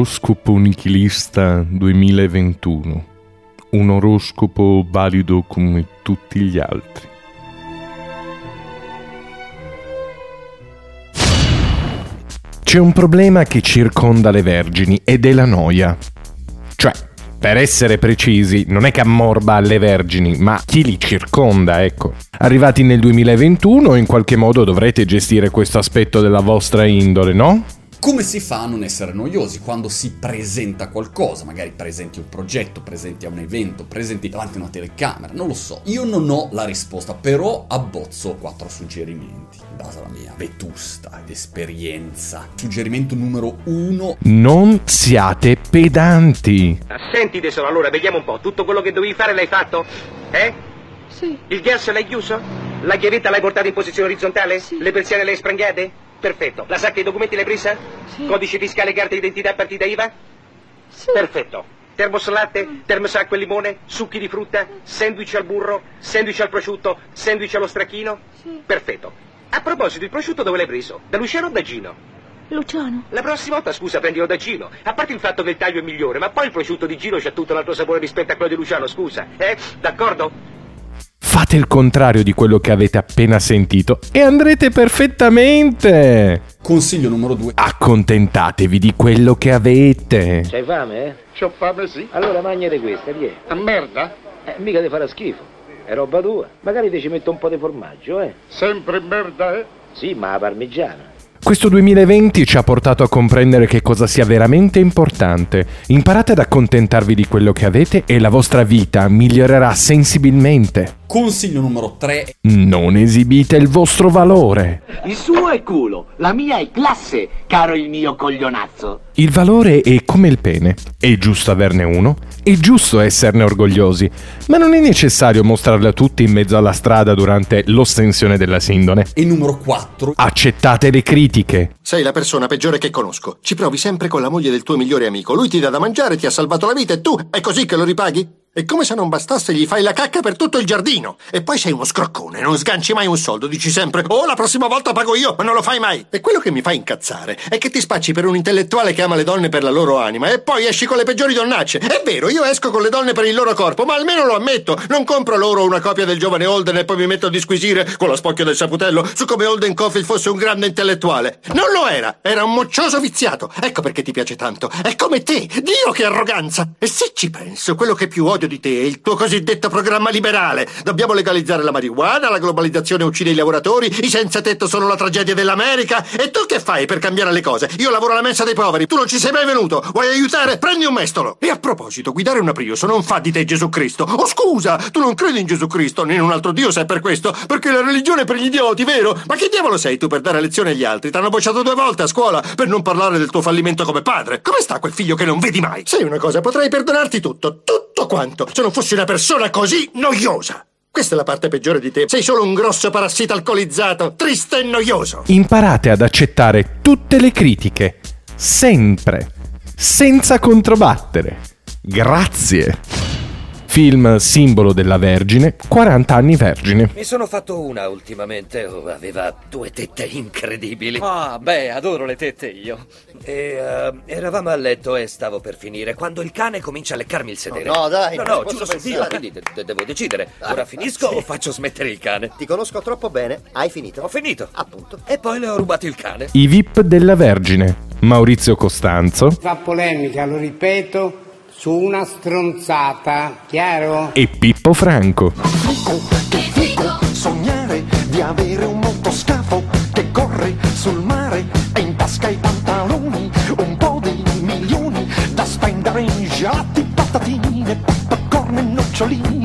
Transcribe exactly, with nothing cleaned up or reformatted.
Oroscopo nichilista duemilaventuno. Un oroscopo valido come tutti gli altri. C'è un problema che circonda le vergini ed è la noia. Cioè, per essere precisi, non è che ammorba alle vergini, ma chi li circonda, ecco. Arrivati nel duemilaventuno, in qualche modo dovrete gestire questo aspetto della vostra indole, no? Come si fa a non essere noiosi quando si presenta qualcosa? Magari presenti un progetto, presenti a un evento, presenti davanti a una telecamera, non lo so. Io non ho la risposta, però abbozzo quattro suggerimenti in base alla mia vetusta ed esperienza. Suggerimento numero uno: non siate pedanti. Senti tesoro, allora vediamo un po', tutto quello che dovevi fare l'hai fatto? Eh? Sì. Il gas l'hai chiuso? La chiavetta l'hai portata in posizione orizzontale? Sì. Le persiane le hai sprangate? Perfetto. La sacca dei documenti l'hai presa? Sì. Codice fiscale, carta d'identità, partita I V A? Sì. Perfetto. Termos latte, termos acqua e limone, succhi di frutta, sandwich al burro, sandwich al prosciutto, sandwich allo stracchino? Sì. Perfetto. A proposito, il prosciutto dove l'hai preso? Da Luciano o da Gino? Luciano. La prossima volta, scusa, prendilo da Gino. A parte il fatto che il taglio è migliore, ma poi il prosciutto di Gino c'ha tutto un altro sapore rispetto a quello di Luciano, scusa. Eh? D'accordo? Fate il contrario di quello che avete appena sentito e andrete perfettamente. Consiglio numero due: accontentatevi di quello che avete. C'hai fame, eh? C'ho fame, sì. Allora mangiate questa, vieni. A merda? Eh, mica ti farà schifo. È roba tua. Magari ti ci metto un po' di formaggio, eh? Sempre merda, eh? Sì, ma la parmigiana. Questo duemilaventi ci ha portato a comprendere che cosa sia veramente importante. Imparate ad accontentarvi di quello che avete e la vostra vita migliorerà sensibilmente. Consiglio numero tre: non esibite il vostro valore. Il suo è culo, la mia è classe, caro il mio coglionazzo. Il valore è come il pene. È giusto averne uno, è giusto esserne orgogliosi, ma non è necessario mostrarlo a tutti in mezzo alla strada durante l'ostensione della sindone. E numero quattro: accettate le critiche. Sei la persona peggiore che conosco. Ci provi sempre con la moglie del tuo migliore amico. Lui ti dà da mangiare, ti ha salvato la vita e tu è così che lo ripaghi? E come se non bastasse gli fai la cacca per tutto il giardino. E poi sei uno scroccone, non sganci mai un soldo, dici sempre "Oh, la prossima volta pago io", ma non lo fai mai. E quello che mi fa incazzare è che ti spacci per un intellettuale che ama le donne per la loro anima e poi esci con le peggiori donnacce. È vero, io esco con le donne per il loro corpo, ma almeno lo ammetto. Non compro loro una copia del giovane Holden e poi mi metto a disquisire con la spocchia del saputello su come Holden Caulfield fosse un grande intellettuale. Non lo era, era un moccioso viziato. Ecco perché ti piace tanto. È come te. Dio, che arroganza. E se ci penso, quello che più odio di te è il tuo cosiddetto programma liberale. Dobbiamo legalizzare la marijuana, la globalizzazione uccide i lavoratori, i senza tetto sono la tragedia dell'America. E tu che fai per cambiare le cose? Io lavoro alla mensa dei poveri, tu non ci sei mai venuto. Vuoi aiutare? Prendi un mestolo. E a proposito, guidare una Prius non fa di te Gesù Cristo. Oh scusa, tu non credi in Gesù Cristo né in un altro Dio se è per questo, perché la religione è per gli idioti, vero? Ma che diavolo sei tu per dare lezioni agli altri? T'hanno bocciato due volte a scuola per non parlare del tuo fallimento come padre. Come sta quel figlio che non vedi mai? Sai una cosa, potrei perdonarti tutto, tutto quanto, se non fossi una persona così noiosa. Questa è la parte peggiore di te. Sei solo un grosso parassita alcolizzato, triste e noioso. Imparate ad accettare tutte le critiche, sempre, senza controbattere. Grazie. Film simbolo della Vergine, quaranta anni vergine. Mi sono fatto una ultimamente, oh, aveva due tette incredibili. Ah, beh, adoro le tette io. E uh, eravamo a letto e stavo per finire quando il cane comincia a leccarmi il sedere. No, no dai, no, no, giuro su Dio, quindi de- de- devo decidere. Ora finisco sì. o faccio smettere il cane? Ti conosco troppo bene, hai finito? Ho finito. Appunto. E poi le ho rubato il cane. I V I P della Vergine, Maurizio Costanzo. Fa polemica, lo ripeto, su una stronzata, chiaro? E Pippo Franco. Fico, che fico, sognare di avere un motoscafo che corre sul mare e in tasca i pantaloni, un po' di milioni da spendere in gelati, patatine, popcorn e noccioline.